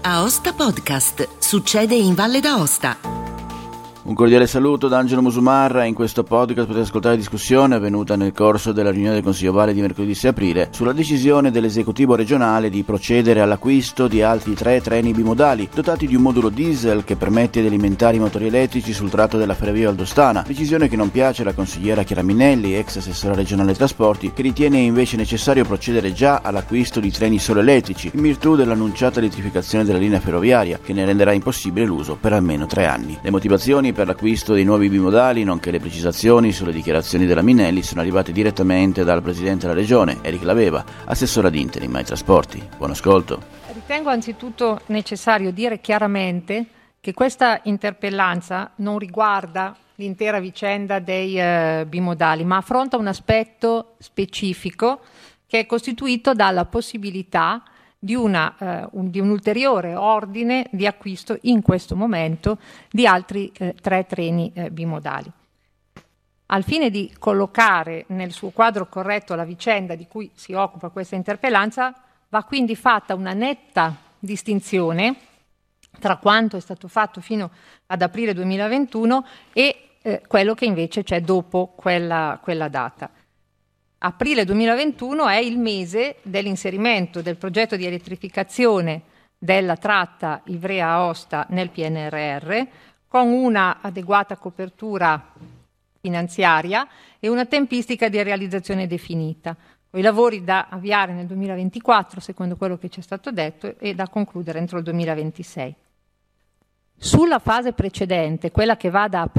Aosta Podcast. Succede in Valle d'Aosta. Un cordiale saluto da Angelo Musumarra. In questo podcast potete ascoltare la discussione avvenuta nel corso della riunione del Consiglio Valle di mercoledì 6 aprile sulla decisione dell'esecutivo regionale di procedere all'acquisto di altri 3 treni bimodali dotati di un modulo diesel che permette di alimentare i motori elettrici sul tratto della ferrovia valdostana, decisione che non piace alla consigliera Chiara Minelli, ex assessora regionale ai trasporti, che ritiene invece necessario procedere già all'acquisto di treni solo elettrici in virtù dell'annunciata elettrificazione della linea ferroviaria che ne renderà impossibile l'uso per almeno 3 anni. Le motivazioni per l'acquisto dei nuovi bimodali, nonché le precisazioni sulle dichiarazioni della Minelli, sono arrivate direttamente dal Presidente della Regione, Eric Laveva, assessora di interim ai trasporti. Buon ascolto. Ritengo anzitutto necessario dire chiaramente che questa interpellanza non riguarda l'intera vicenda dei bimodali, ma affronta un aspetto specifico che è costituito dalla possibilità di un ulteriore ordine di acquisto in questo momento di altri 3 treni bimodali. Al fine di collocare nel suo quadro corretto la vicenda di cui si occupa questa interpellanza, va quindi fatta una netta distinzione tra quanto è stato fatto fino ad aprile 2021 e quello che invece c'è dopo quella data. Aprile 2021 è il mese dell'inserimento del progetto di elettrificazione della tratta Ivrea-Aosta nel PNRR, con una adeguata copertura finanziaria e una tempistica di realizzazione definita, con i lavori da avviare nel 2024, secondo quello che ci è stato detto, e da concludere entro il 2026. Sulla fase precedente, quella che va da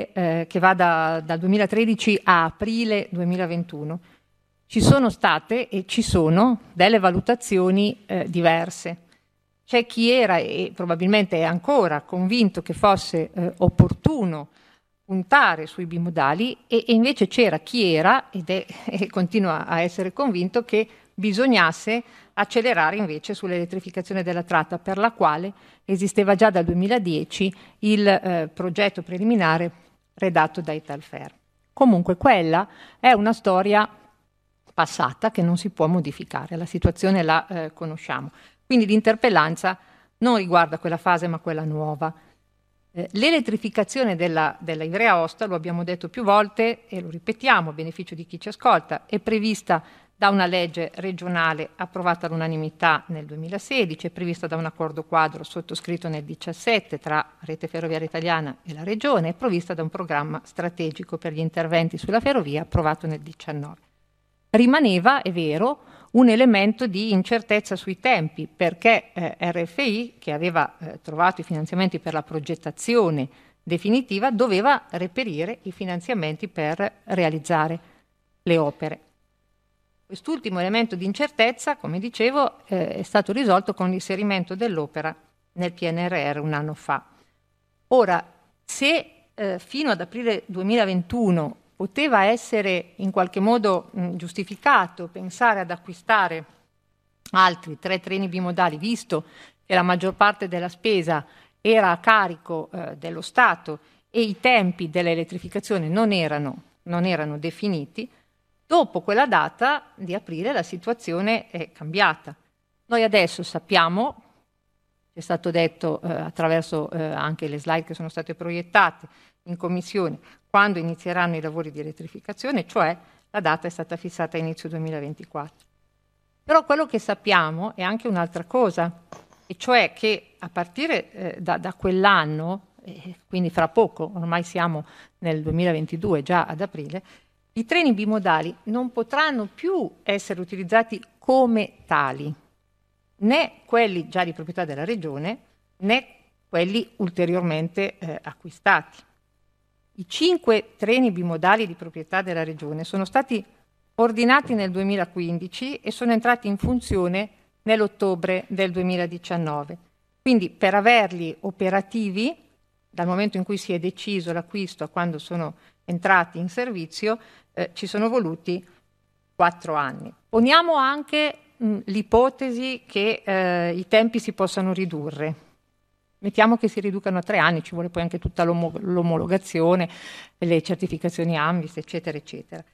dal 2013 a aprile 2021, ci sono state e ci sono delle valutazioni diverse. C'è chi era e probabilmente è ancora convinto che fosse opportuno puntare sui bimodali e invece c'era chi era e continua a essere convinto che bisognasse accelerare invece sull'elettrificazione della tratta, per la quale esisteva già dal 2010 il progetto preliminare redatto da Italfer. Comunque quella è una storia passata che non si può modificare, la situazione la conosciamo. Quindi l'interpellanza non riguarda quella fase ma quella nuova. L'elettrificazione della Ivrea-Aosta, lo abbiamo detto più volte e lo ripetiamo a beneficio di chi ci ascolta, è prevista da una legge regionale approvata all'unanimità nel 2016, è prevista da un accordo quadro sottoscritto nel 2017 tra Rete Ferroviaria Italiana e la Regione, è provvista da un programma strategico per gli interventi sulla ferrovia approvato nel 2019. Rimaneva, è vero, un elemento di incertezza sui tempi, perché RFI, che aveva trovato i finanziamenti per la progettazione definitiva, doveva reperire i finanziamenti per realizzare le opere. Quest'ultimo elemento di incertezza, come dicevo, è stato risolto con l'inserimento dell'opera nel PNRR un anno fa. Ora, se fino ad aprile 2021 poteva essere in qualche modo giustificato pensare ad acquistare altri 3 treni bimodali, visto che la maggior parte della spesa era a carico dello Stato e i tempi dell'elettrificazione non erano definiti, dopo quella data di aprile la situazione è cambiata. Noi adesso sappiamo, è stato detto attraverso anche le slide che sono state proiettate in commissione, quando inizieranno i lavori di elettrificazione, cioè la data è stata fissata a inizio 2024. Però quello che sappiamo è anche un'altra cosa, e cioè che a partire da quell'anno, quindi fra poco, ormai siamo nel 2022, già ad aprile, i treni bimodali non potranno più essere utilizzati come tali, né quelli già di proprietà della Regione, né quelli ulteriormente acquistati. I 5 treni bimodali di proprietà della Regione sono stati ordinati nel 2015 e sono entrati in funzione nell'ottobre del 2019. Quindi per averli operativi, dal momento in cui si è deciso l'acquisto a quando sono entrati in servizio, ci sono voluti 4 anni. Poniamo anche l'ipotesi che i tempi si possano ridurre. Mettiamo che si riducano a 3 anni, ci vuole poi anche tutta l'omologazione, le certificazioni ANVIS, eccetera, eccetera.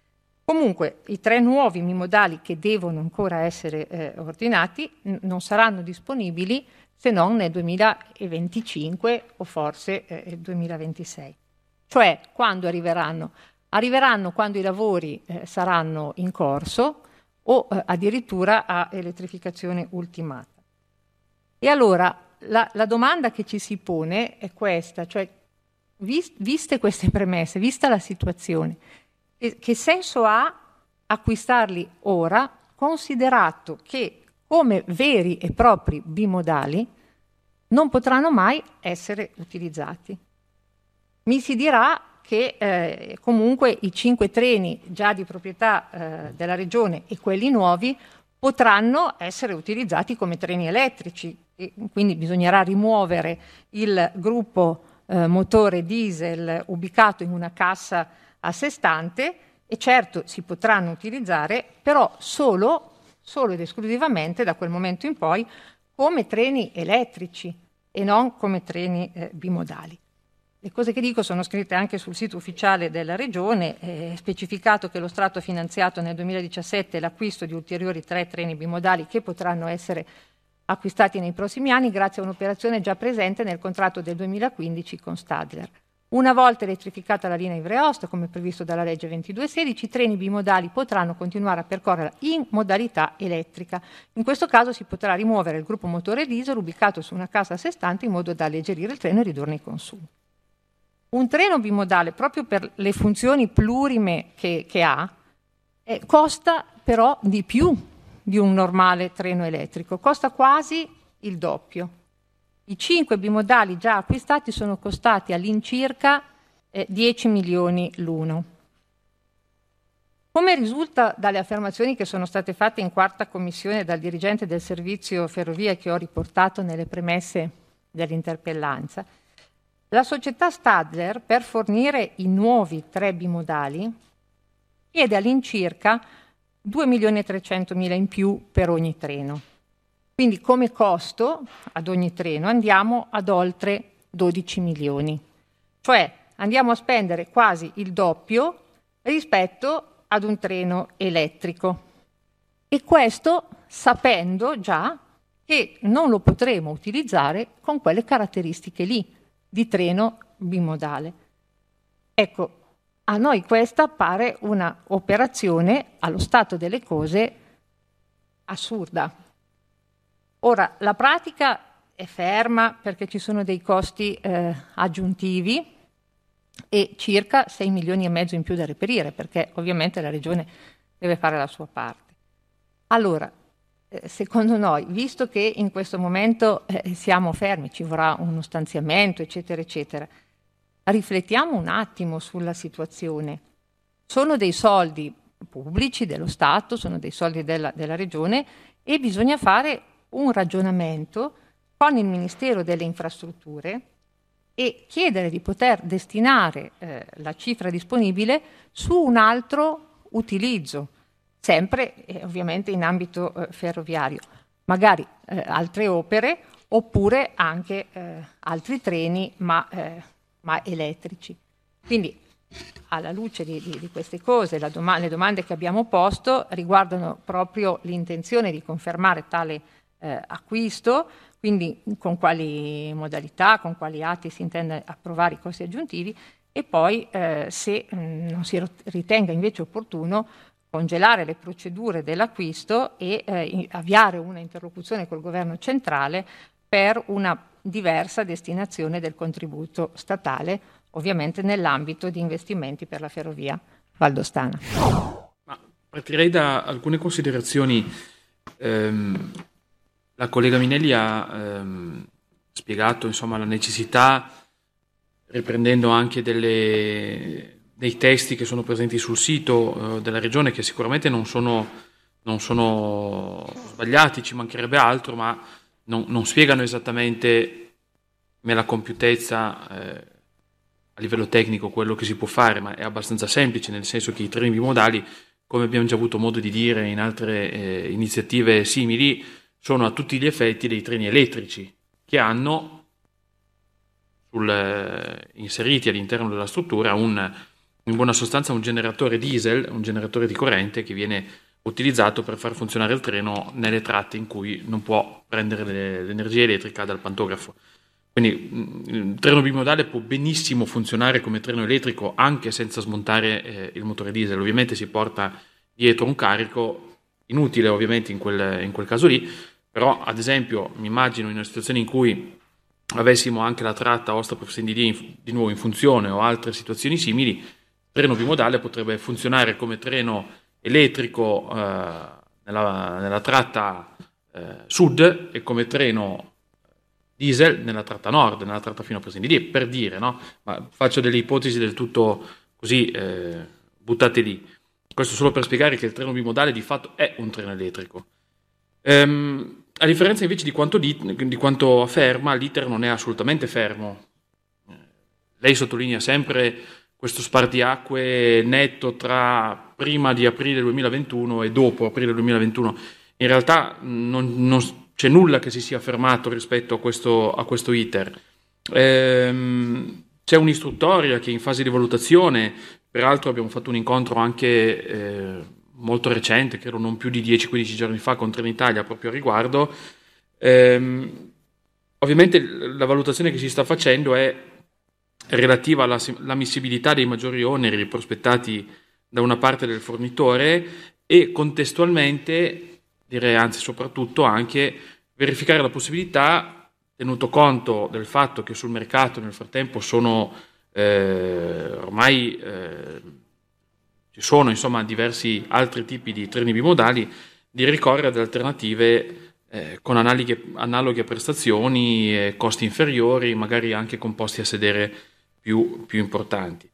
Comunque i 3 nuovi bimodali che devono ancora essere ordinati non saranno disponibili se non nel 2025 o forse 2026. Cioè, quando arriveranno? Arriveranno quando i lavori saranno in corso o addirittura a elettrificazione ultimata. E allora la domanda che ci si pone è questa, cioè viste queste premesse, vista la situazione, che senso ha acquistarli ora, considerato che come veri e propri bimodali non potranno mai essere utilizzati? Mi si dirà che comunque i 5 treni già di proprietà della Regione e quelli nuovi potranno essere utilizzati come treni elettrici, e quindi bisognerà rimuovere il gruppo motore diesel ubicato in una cassa a sé stante, e certo si potranno utilizzare, però solo ed esclusivamente da quel momento in poi come treni elettrici e non come treni bimodali. Le cose che dico sono scritte anche sul sito ufficiale della Regione, è specificato che lo Stato ha finanziato nel 2017 l'acquisto di ulteriori 3 treni bimodali che potranno essere acquistati nei prossimi anni grazie a un'operazione già presente nel contratto del 2015 con Stadler. Una volta elettrificata la linea Ivrea-Aosta, come previsto dalla legge 2216, i treni bimodali potranno continuare a percorrere in modalità elettrica. In questo caso si potrà rimuovere il gruppo motore diesel ubicato su una cassa a sé stante in modo da alleggerire il treno e ridurne i consumi. Un treno bimodale, proprio per le funzioni plurime che ha, costa però di più di un normale treno elettrico, costa quasi il doppio. I 5 bimodali già acquistati sono costati all'incirca 10 milioni l'uno. Come risulta dalle affermazioni che sono state fatte in 4ª commissione dal dirigente del servizio ferrovia che ho riportato nelle premesse dell'interpellanza, la società Stadler, per fornire i nuovi 3 bimodali, chiede all'incirca 2.300.000 in più per ogni treno. Quindi come costo ad ogni treno andiamo ad oltre 12 milioni. Cioè andiamo a spendere quasi il doppio rispetto ad un treno elettrico. E questo sapendo già che non lo potremo utilizzare con quelle caratteristiche lì di treno bimodale. Ecco, a noi questa pare una operazione allo stato delle cose assurda. Ora, la pratica è ferma perché ci sono dei costi aggiuntivi e circa 6 milioni e mezzo in più da reperire, perché ovviamente la Regione deve fare la sua parte. Allora, secondo noi, visto che in questo momento siamo fermi, ci vorrà uno stanziamento, eccetera, eccetera, riflettiamo un attimo sulla situazione. Sono dei soldi pubblici dello Stato, sono dei soldi della Regione e bisogna fare un ragionamento con il Ministero delle Infrastrutture e chiedere di poter destinare la cifra disponibile su un altro utilizzo, sempre ovviamente in ambito ferroviario, magari altre opere oppure anche altri treni ma elettrici. Quindi alla luce di queste cose le domande che abbiamo posto riguardano proprio l'intenzione di confermare tale acquisto, quindi con quali modalità, con quali atti si intende approvare i costi aggiuntivi e poi se non si ritenga invece opportuno congelare le procedure dell'acquisto e avviare una interlocuzione col governo centrale per una diversa destinazione del contributo statale, ovviamente nell'ambito di investimenti per la ferrovia valdostana. Ma partirei da alcune considerazioni. La collega Minelli ha spiegato insomma, la necessità, riprendendo anche dei testi che sono presenti sul sito della Regione, che sicuramente non sono sbagliati, ci mancherebbe altro, ma non spiegano esattamente nella compiutezza a livello tecnico quello che si può fare, ma è abbastanza semplice, nel senso che i treni bimodali, come abbiamo già avuto modo di dire in altre iniziative simili, sono a tutti gli effetti dei treni elettrici che hanno inseriti all'interno della struttura un in buona sostanza un generatore diesel, un generatore di corrente che viene utilizzato per far funzionare il treno nelle tratte in cui non può prendere l'energia elettrica dal pantografo. Quindi il treno bimodale può benissimo funzionare come treno elettrico anche senza smontare il motore diesel. Ovviamente si porta dietro un carico inutile, ovviamente in quel caso lì, però ad esempio mi immagino in una situazione in cui avessimo anche la tratta Ostra-Professindidì di nuovo in funzione o altre situazioni simili, il treno bimodale potrebbe funzionare come treno elettrico nella tratta sud e come treno diesel nella tratta nord, nella tratta fino a Presindidì, per dire, no? Ma faccio delle ipotesi del tutto così buttate lì. Questo solo per spiegare che il treno bimodale di fatto è un treno elettrico. A differenza invece di quanto afferma, l'iter non è assolutamente fermo. Lei sottolinea sempre questo spartiacque netto tra prima di aprile 2021 e dopo aprile 2021. In realtà non c'è nulla che si sia fermato rispetto a questo iter. C'è un'istruttoria che è in fase di valutazione, peraltro abbiamo fatto un incontro anche molto recente, credo non più di 10-15 giorni fa, con Trenitalia proprio a riguardo. Ovviamente la valutazione che si sta facendo è relativa all'ammissibilità dei maggiori oneri prospettati da una parte del fornitore e contestualmente, direi anzi soprattutto anche, verificare la possibilità, tenuto conto del fatto che sul mercato nel frattempo sono ormai ci sono insomma diversi altri tipi di treni bimodali, di ricorrere ad alternative con analoghe prestazioni e costi inferiori, magari anche con posti a sedere più importanti.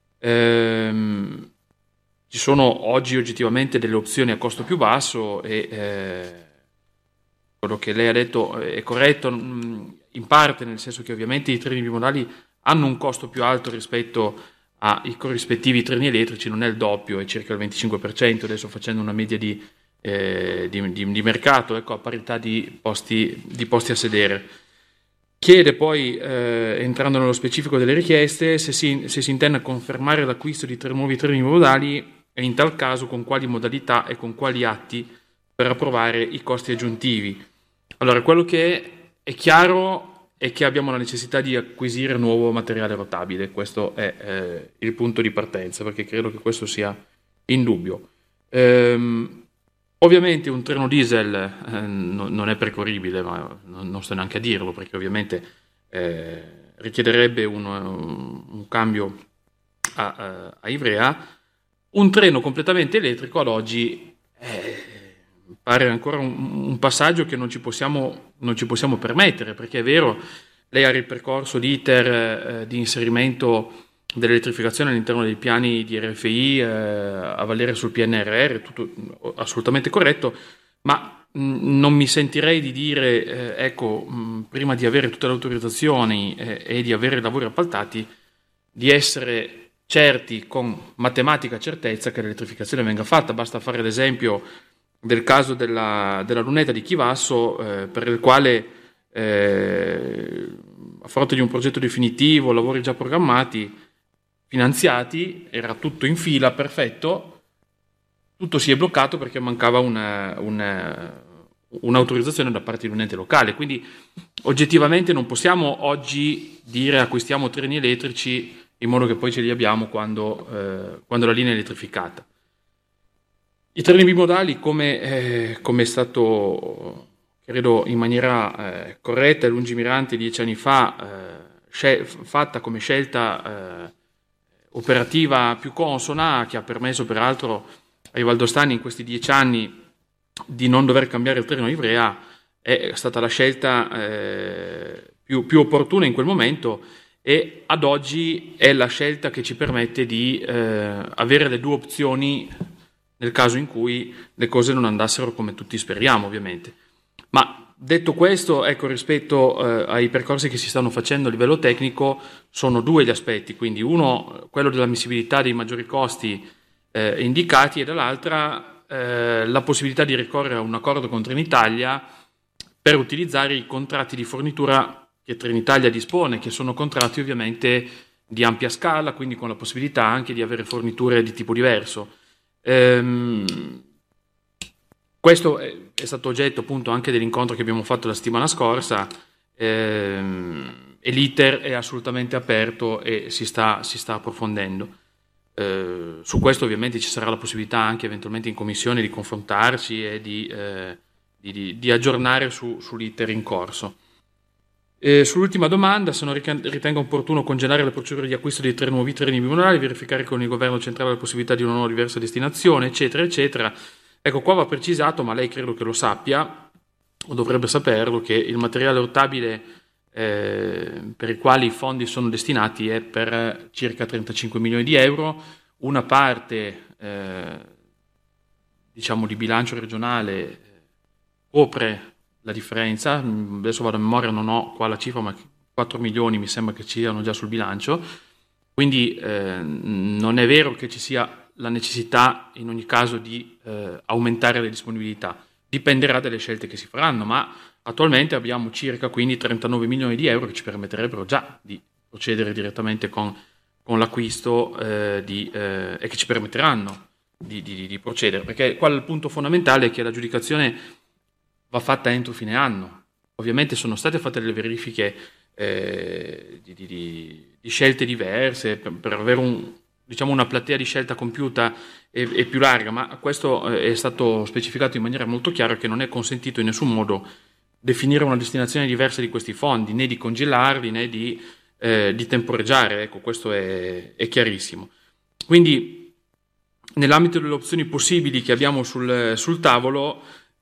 Ci sono oggi oggettivamente delle opzioni a costo più basso e quello che lei ha detto è corretto in parte, nel senso che ovviamente i treni bimodali hanno un costo più alto rispetto ai corrispettivi treni elettrici, non è il doppio, è circa il 25%, adesso facendo una media di mercato, ecco, a parità di posti a sedere. Chiede poi, entrando nello specifico delle richieste, se si intende confermare l'acquisto di nuovi treni bimodali e in tal caso con quali modalità e con quali atti per approvare i costi aggiuntivi. Allora, quello che è chiaro è che abbiamo la necessità di acquisire nuovo materiale rotabile, questo è il punto di partenza, perché credo che questo sia indubbio. Ovviamente un treno diesel non è percorribile, ma non sto neanche a dirlo, perché ovviamente richiederebbe un cambio a Ivrea. Un treno completamente elettrico ad oggi pare ancora un passaggio che non ci possiamo permettere, perché è vero, lei ha ripercorso l'iter di inserimento dell'elettrificazione all'interno dei piani di RFI a valere sul PNRR, tutto assolutamente corretto, ma non mi sentirei di dire, prima di avere tutte le autorizzazioni e di avere i lavori appaltati, di essere certi con matematica certezza che l'elettrificazione venga fatta. Basta fare l'esempio del caso della lunetta di Chivasso, per il quale a fronte di un progetto definitivo, lavori già programmati, finanziati, era tutto in fila, perfetto, tutto si è bloccato perché mancava un'autorizzazione da parte di un ente locale. Quindi oggettivamente non possiamo oggi dire acquistiamo treni elettrici in modo che poi ce li abbiamo quando la linea è elettrificata. I treni bimodali, come è stato, credo, in maniera corretta e lungimirante 10 anni fa, fatta come scelta operativa più consona, che ha permesso peraltro ai valdostani in questi 10 anni di non dover cambiare il treno a Ivrea, è stata la scelta più opportuna in quel momento e ad oggi è la scelta che ci permette di avere le due opzioni nel caso in cui le cose non andassero come tutti speriamo, ovviamente. Ma detto questo, ecco, rispetto ai percorsi che si stanno facendo a livello tecnico, sono due gli aspetti, quindi uno quello dell'ammissibilità dei maggiori costi indicati e dall'altra la possibilità di ricorrere a un accordo con Trenitalia per utilizzare i contratti di fornitura che Trenitalia dispone, che sono contratti ovviamente di ampia scala, quindi con la possibilità anche di avere forniture di tipo diverso. Questo è stato oggetto appunto anche dell'incontro che abbiamo fatto la settimana scorsa, e l'iter è assolutamente aperto e si sta approfondendo. Su questo ovviamente ci sarà la possibilità anche eventualmente in commissione di confrontarci e di aggiornare sull'iter in corso. Sull'ultima domanda, se non ritenga opportuno congelare le procedure di acquisto dei 3 nuovi treni bimodali, verificare con il governo centrale la possibilità di una nuova diversa destinazione, eccetera, eccetera. Ecco, qua va precisato, ma lei credo che lo sappia, o dovrebbe saperlo, che il materiale rotabile per il quale i fondi sono destinati è per circa 35 milioni di euro. Una parte diciamo di bilancio regionale copre la differenza, adesso vado a memoria, non ho qua la cifra, ma 4 milioni mi sembra che ci siano già sul bilancio, quindi non è vero che ci sia la necessità in ogni caso di aumentare le disponibilità, dipenderà dalle scelte che si faranno, ma attualmente abbiamo circa quindi 39 milioni di euro che ci permetterebbero già di procedere direttamente con l'acquisto e che ci permetteranno di procedere, perché qua il punto fondamentale è che l'aggiudicazione va fatta entro fine anno. Ovviamente sono state fatte delle verifiche di scelte diverse per avere una platea di scelta compiuta e più larga, ma questo è stato specificato in maniera molto chiara che non è consentito in nessun modo definire una destinazione diversa di questi fondi, né di congelarli né di temporeggiare. Ecco, questo è chiarissimo. Quindi nell'ambito delle opzioni possibili che abbiamo sul tavolo,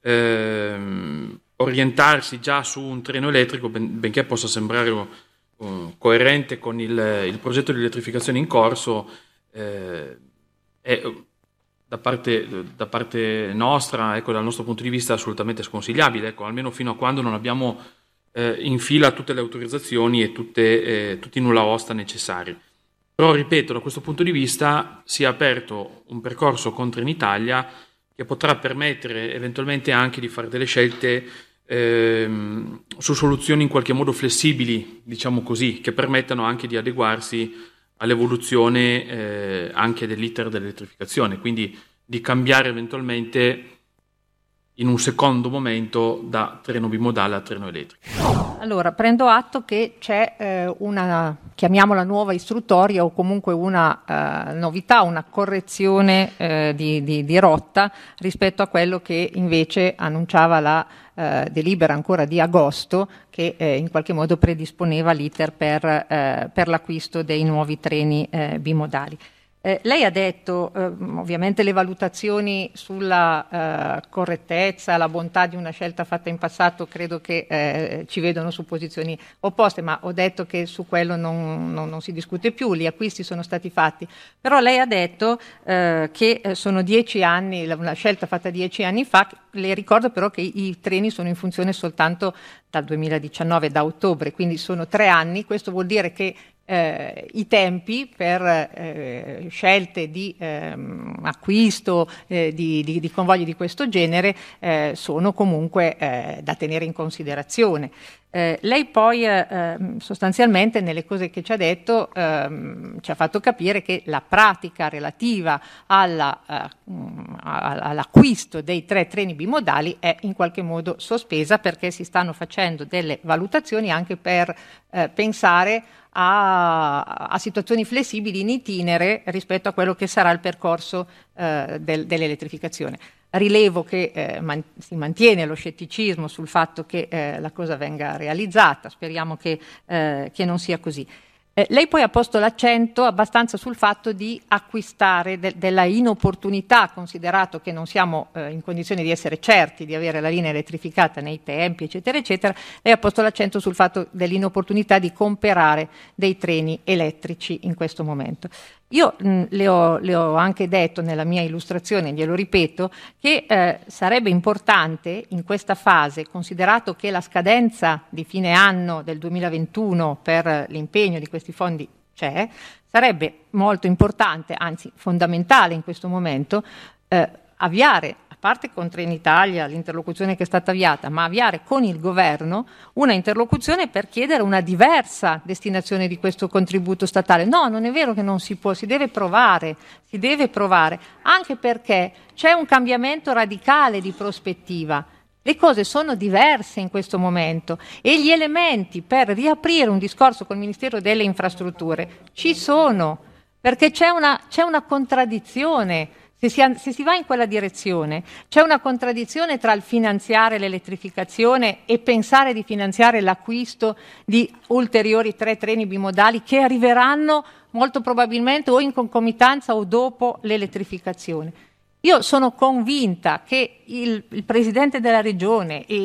orientarsi già su un treno elettrico, benché possa sembrare coerente con il progetto di elettrificazione in corso, è da parte nostra, ecco, dal nostro punto di vista assolutamente sconsigliabile, ecco, almeno fino a quando non abbiamo in fila tutte le autorizzazioni e tutti i nulla osta necessari. Però ripeto, da questo punto di vista si è aperto un percorso con Trenitalia che potrà permettere eventualmente anche di fare delle scelte su soluzioni in qualche modo flessibili, diciamo così, che permettano anche di adeguarsi all'evoluzione anche dell'iter dell'elettrificazione, quindi di cambiare eventualmente in un secondo momento da treno bimodale a treno elettrico. Allora, prendo atto che c'è una, chiamiamola nuova istruttoria o comunque una novità, una correzione di rotta rispetto a quello che invece annunciava la delibera ancora di agosto che in qualche modo predisponeva l'iter per l'acquisto dei nuovi treni bimodali. Lei ha detto, ovviamente le valutazioni sulla correttezza, la bontà di una scelta fatta in passato credo che ci vedono su posizioni opposte, ma ho detto che su quello non si discute più, gli acquisti sono stati fatti. Però lei ha detto che sono 10 anni, una scelta fatta 10 anni fa, le ricordo però che i treni sono in funzione soltanto dal 2019, da ottobre, quindi sono 3 anni, questo vuol dire che i tempi per scelte di acquisto di convogli di questo genere sono comunque da tenere in considerazione. Lei poi sostanzialmente nelle cose che ci ha detto ci ha fatto capire che la pratica relativa all'acquisto dei 3 treni bimodali è in qualche modo sospesa perché si stanno facendo delle valutazioni anche per pensare a situazioni flessibili in itinere rispetto a quello che sarà il percorso dell'elettrificazione. Rilevo che si mantiene lo scetticismo sul fatto che la cosa venga realizzata, speriamo che non sia così. Lei poi ha posto l'accento abbastanza sul fatto di acquistare della inopportunità, considerato che non siamo in condizione di essere certi di avere la linea elettrificata nei tempi, eccetera, eccetera. Lei ha posto l'accento sul fatto dell'inopportunità di comprare dei treni elettrici in questo momento. Io le ho anche detto nella mia illustrazione, glielo ripeto, che sarebbe importante in questa fase, considerato che la scadenza di fine anno del 2021 per l'impegno di questi fondi c'è, sarebbe molto importante, anzi fondamentale in questo momento, avviare, a parte con Trenitalia, l'interlocuzione che è stata avviata, ma avviare con il governo una interlocuzione per chiedere una diversa destinazione di questo contributo statale. No, non è vero che non si può, si deve provare, anche perché c'è un cambiamento radicale di prospettiva. Le cose sono diverse in questo momento e gli elementi per riaprire un discorso col Ministero delle Infrastrutture ci sono, perché c'è una contraddizione. Se si va in quella direzione, c'è una contraddizione tra il finanziare l'elettrificazione e pensare di finanziare l'acquisto di ulteriori 3 treni bimodali che arriveranno molto probabilmente o in concomitanza o dopo l'elettrificazione. Io sono convinta che il Presidente della Regione e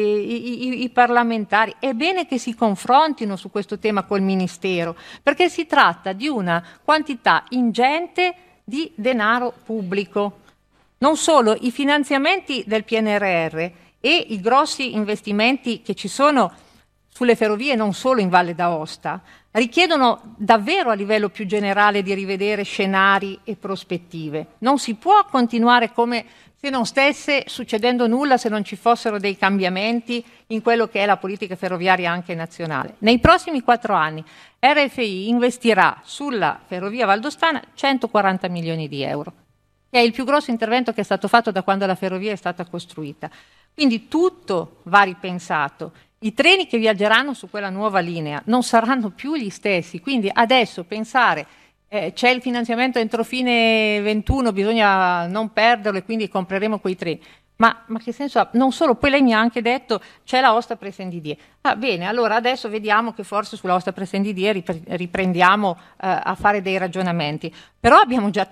i parlamentari è bene che si confrontino su questo tema col Ministero, perché si tratta di una quantità ingente di denaro pubblico. Non solo, i finanziamenti del PNRR e i grossi investimenti che ci sono sulle ferrovie, non solo in Valle d'Aosta, richiedono davvero a livello più generale di rivedere scenari e prospettive. Non si può continuare come se non stesse succedendo nulla, se non ci fossero dei cambiamenti in quello che è la politica ferroviaria anche nazionale. Nei prossimi 4 anni RFI investirà sulla ferrovia valdostana 140 milioni di euro, che è il più grosso intervento che è stato fatto da quando la ferrovia è stata costruita. Quindi tutto va ripensato. I treni che viaggeranno su quella nuova linea non saranno più gli stessi, quindi adesso pensare c'è il finanziamento entro fine 21, bisogna non perderlo e quindi compreremo quei treni. Ma che senso ha? Non solo, poi lei mi ha anche detto c'è la Aosta Presendidie. Bene, allora adesso vediamo che forse sulla Aosta Presendidie riprendiamo a fare dei ragionamenti. Però abbiamo già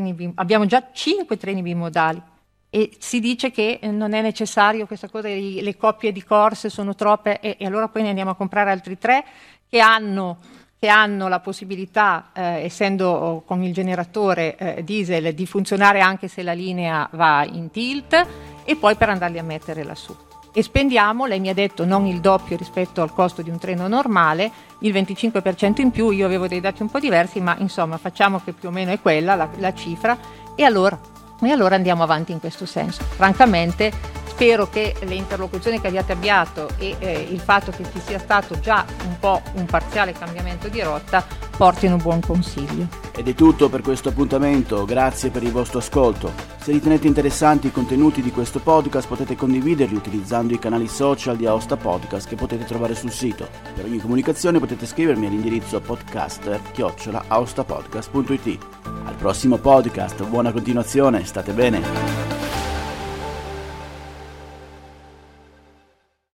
5 treni bimodali e si dice che non è necessario questa cosa, le coppie di corse sono troppe e allora poi ne andiamo a comprare altri 3 che hanno la possibilità, essendo con il generatore diesel, di funzionare anche se la linea va in tilt e poi per andarli a mettere lassù. E spendiamo, lei mi ha detto, non il doppio rispetto al costo di un treno normale, il 25% in più, io avevo dei dati un po' diversi, ma insomma facciamo che più o meno è quella la cifra e allora andiamo avanti in questo senso. Francamente spero che le interlocuzioni che abbiate avviato e il fatto che ci sia stato già un po' un parziale cambiamento di rotta portino buon consiglio. Ed è tutto per questo appuntamento, grazie per il vostro ascolto. Se ritenete interessanti i contenuti di questo podcast potete condividerli utilizzando i canali social di Aosta Podcast che potete trovare sul sito. Per ogni comunicazione potete scrivermi all'indirizzo podcaster@aostapodcast.it. Al prossimo podcast, buona continuazione, state bene!